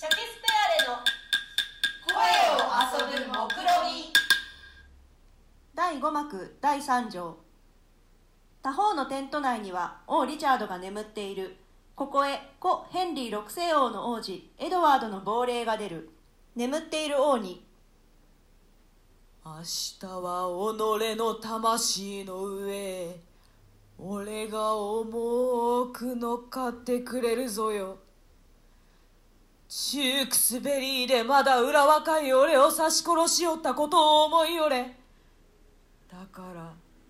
シャケスペアレの声を遊ぶ目論み。 第5幕第3条。他方のテント内には王リチャードが眠っている。ここへ故ヘンリー6世王の王子エドワードの亡霊が出る。眠っている王に、 明日は己の魂の上、俺が重く乗っかってくれるぞよ。チュークスベリーでまだ裏若い俺を刺し殺しよったことを思いよれ。だから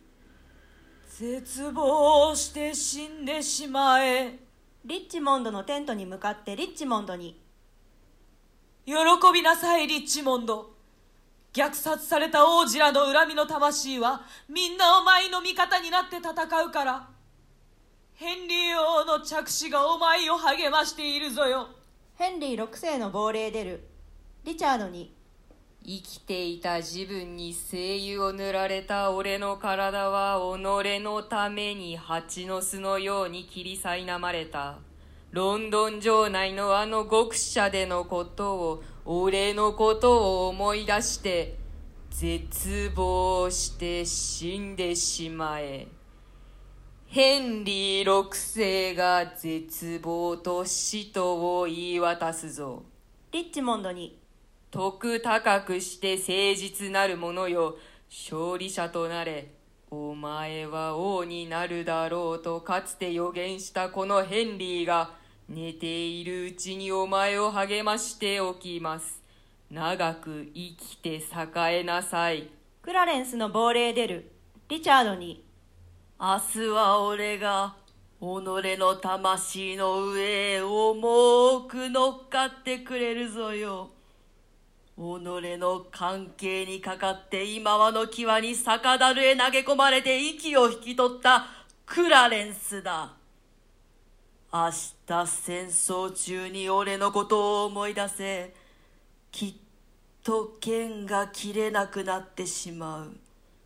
絶望して死んでしまえ。 リッチモンドのテントに向かってリッチモンドに、 喜びなさいリッチモンド。虐殺された王子らの恨みの魂はみんなお前の味方になって戦うから。ヘンリー王の着手がお前を励ましているぞよ。 ヘンリー6世の亡霊出る。リチャードに、 生きていた自分に精油を塗られた俺の体は己のために蜂の巣のように切り苛まれた。ロンドン城内のあの獄舎でのことを、俺のことを思い出して絶望して死んでしまえ。ヘンリー6世が絶望と死とを言い渡すぞ。 リッチモンドに、 徳高くして誠実なる者よ、勝利者となれ。お前は王になるだろうとかつて予言したこのヘンリーが寝ているうちにお前を励ましておきます。長く生きて栄えなさい。 クラレンスの亡霊出る。リチャードに、 明日は俺が己の魂の上へ重く乗っかってくれるぞよ。己の関係にかかって今はの際に酒樽へ投げ込まれて息を引き取ったクラレンスだ。明日戦争中に俺のことを思い出せ。きっと剣が切れなくなってしまう。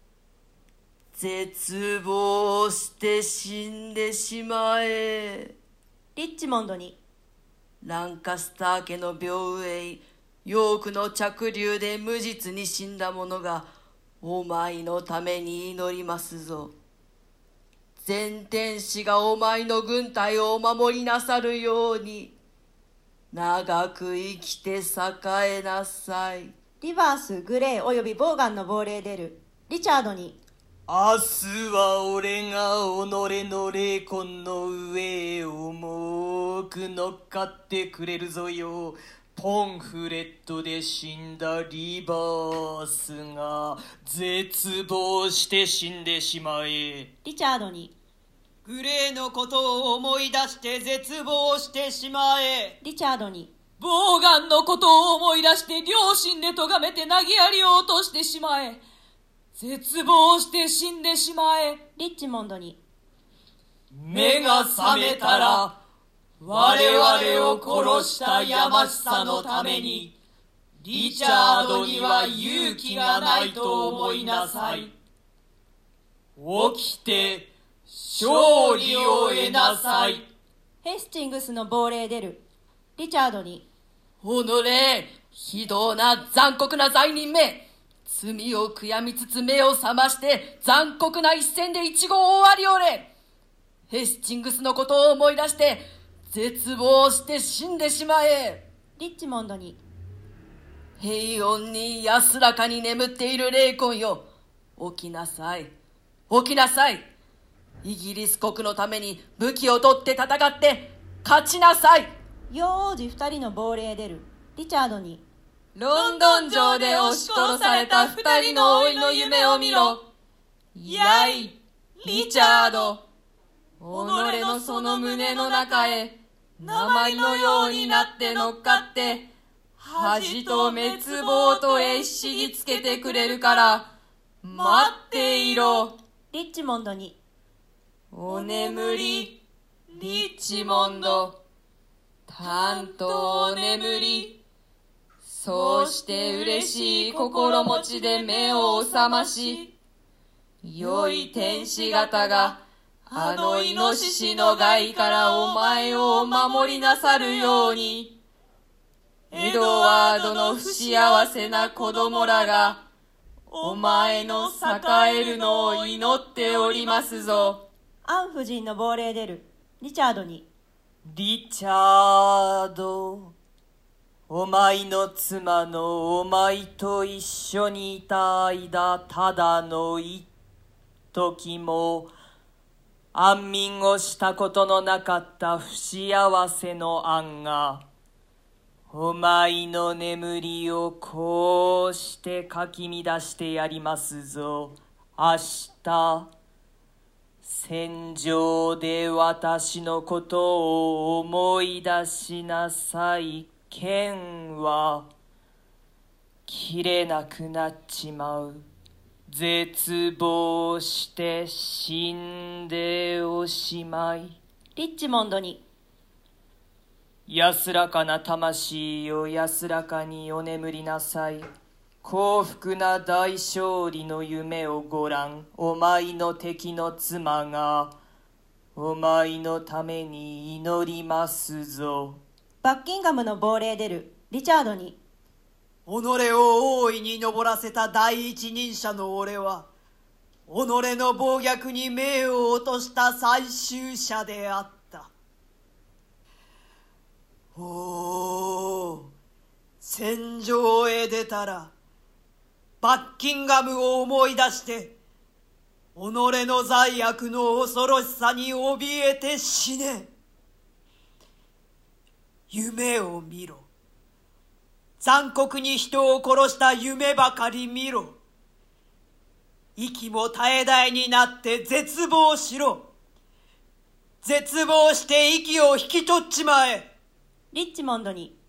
絶望して死んでしまえ。 リッチモンドに、 ランカスター家の病営、ヨークの着流で無実に死んだ者がお前のために祈りますぞ。全天使がお前の軍隊をお守りなさるように。長く生きて栄えなさい。 リバース、グレーおよびボーガンの亡霊出る。リチャードに、 明日は俺が己の霊魂の上へ重く乗っかってくれるぞよ。ポンフレットで死んだリバースが絶望して死んでしまえ。 リチャードに、 グレーのことを思い出して絶望してしまえ。 リチャードに、 ボーガンのことを思い出して両親で咎めて投げやりを落としてしまえ。絶望して死んでしまえ。 リッチモンドに、 目が覚めたら我々を殺したやましさのためにリチャードには勇気がないと思いなさい。起きて勝利を得なさい。 ヘスティングスの亡霊出る。リチャードに、 おのれ、非道な残酷な罪人め。罪を悔やみつつ目を覚まして残酷な一戦で一号を終わりおれ。ヘスティングスのことを思い出して絶望して死んでしまえ。 リッチモンドに、 平穏に安らかに眠っている霊魂よ、起きなさい。起きなさい。イギリス国のために武器を取って戦って勝ちなさい。 ヨー王子2人の亡霊出る。リチャードに、 ロンドン城で押し殺された二人の老いの夢を見ろ。やい、リチャード。己のその胸の中へ鉛のようになって乗っかって恥と滅亡とへしぎつけてくれるから待っていろ。 リッチモンドに、 お眠り、リッチモンド。たんとお眠り。そうして嬉しい心持ちで目を覚まし、良い天使方があのイノシシの害からお前をお守りなさるように。 ードの不幸せな子供らが、お前の栄えるのを祈っておりますぞ。 アン夫人の亡霊出る。リチャードに。 リチャード、お前の妻のお前と一緒にいた間、ただの一時も安眠をしたことのなかった不幸せの案が、お前の眠りをこうしてかき乱してやりますぞ。明日戦場で私のことを思い出しなさい。剣は切れなくなっちまう。絶望して死んでおしまい。 リッチモンドに。 安らかな魂よ、安らかにお眠りなさい。幸福な大勝利の夢をごらん。お前の敵の妻がお前のために祈りますぞ。 バッキンガムの亡霊出る。リチャードに。 己を大いに登らせた第一人者の俺は、己の暴虐に命を落とした最終者であった。おお、戦場へ出たらバッキンガムを思い出して、己の罪悪の恐ろしさに怯えて死ね。夢を見ろ。残酷に人を殺した夢ばかり見ろ。息も絶え絶えになって絶望しろ。絶望して息を引き取っちまえ。 リッチモンドに。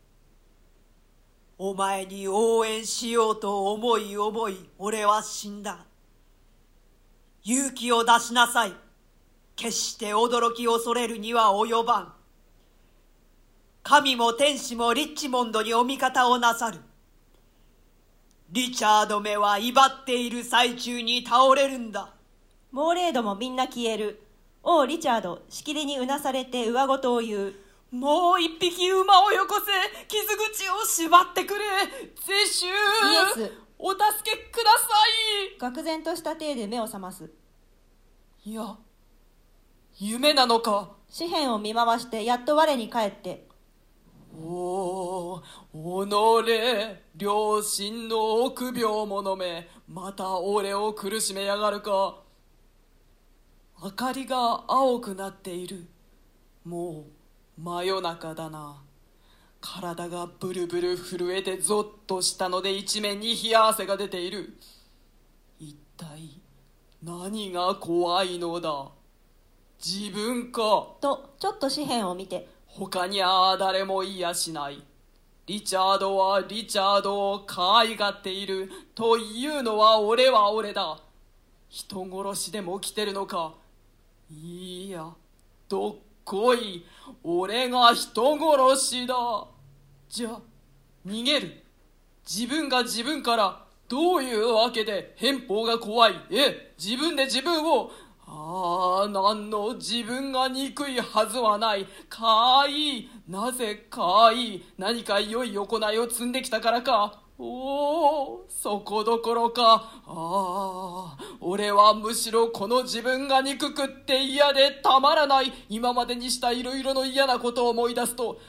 お前に応援しようと思い俺は死んだ。勇気を出しなさい。決して驚き恐れるには及ばん。神も天使もリッチモンドにお味方をなさる。リチャードめは威張っている最中に倒れるんだ。 亡霊どもみんな消える。王リチャード、しきりにうなされて上ごとを言う。 もう一匹馬をよこせ。傷口を縛ってくれ。ゼシュー、 イエス、 お助けください。 愕然とした体で目を覚ます。 いや、夢なのか。 紙幣を見回してやっと我に返って。 おお、己、両親の臆病者め、また俺を苦しめやがるか。明かりが青くなっている。もう真夜中だな。体がブルブル震えてゾッとしたので一面に冷や汗が出ている。一体何が怖いのだ。自分か。 とちょっと紙幣を見て、 他には誰もいやしない。リチャードはリチャードを可愛がっているというのは俺は俺だ。人殺しでも来てるのか。いや、どっこい。俺が人殺しだ。じゃあ逃げる。自分が自分から。どういうわけで偏方が怖い。自分で自分を。なんの自分が憎いはずはない。かいい。なぜかいい。何か良い行いを積んできたからか。そこどころか。俺はむしろこの自分が憎くって嫌でたまらない。今までにしたいろいろの嫌なことを思い出すと、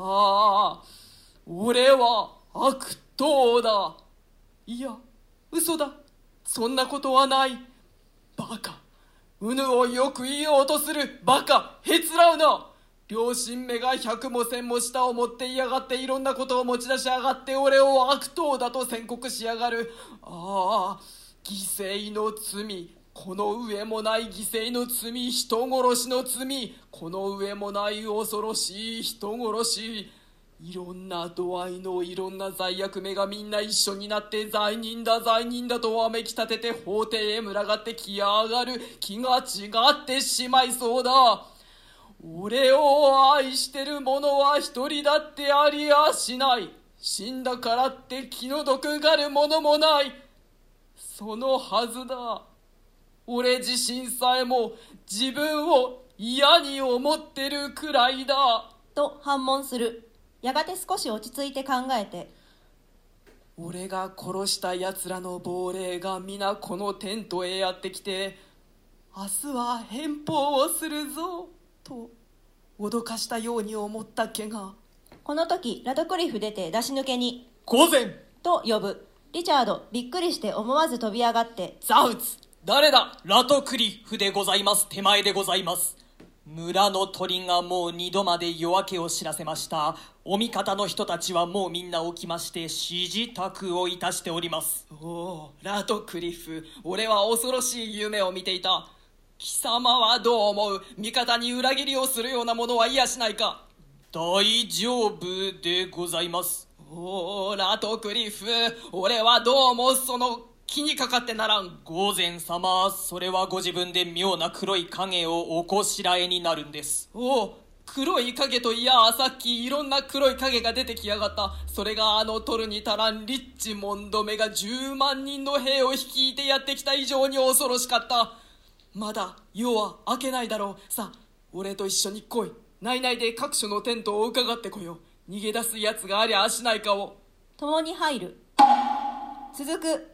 俺は悪党だ。いや、嘘だ。そんなことはない。バカ。うぬをよく言おうとする。バカ。へつらうな。両親目が100も1000も下を持っていやがって、いろんなことを持ち出しやがって、俺を悪党だと宣告しやがる。犠牲の罪。この上もない犠牲の罪。人殺しの罪。この上もない恐ろしい人殺し。いろんな度合いのいろんな罪悪目がみんな一緒になって罪人だ罪人だとわめき立てて法廷へ群がってきやがる。気が違ってしまいそうだ。俺を愛してる者は一人だってありやしない。死んだからって気の毒がる者もない。そのはずだ。俺自身さえも自分を嫌に思ってるくらいだ。 と反問する。 やがて少し落ち着いて考えて、 俺が殺した奴らの亡霊が皆このテントへやってきて、明日は返報をするぞと脅かしたように思ったっけが、 この時ラドクリフ出て出し抜けに午前と呼ぶ。リチャードびっくりして思わず飛び上がって、 ザウツ、誰だ？ ラトクリフでございます。手前でございます。村の鳥がもう2度まで夜明けを知らせました。お味方の人たちはもうみんな起きまして指示託をいたしております。 おお、ラトクリフ、俺は恐ろしい夢を見ていた。貴様はどう思う？味方に裏切りをするようなものは嫌しないか？ 大丈夫でございます。 おお、ラトクリフ、俺はどうもその気にかかってならん。 御前様、それはご自分で妙な黒い影をおこしらえになるんです。 おお、黒い影といや、さっきいろんな黒い影が出てきやがった。それがあの取るに足らんリッチモンドめが10万人の兵を率いてやってきた以上に恐ろしかった。まだ夜は明けないだろう。さあ、俺と一緒に来い。内々で各所のテントを伺ってこよう。逃げ出す奴がありゃしないかを。 共に入る。続く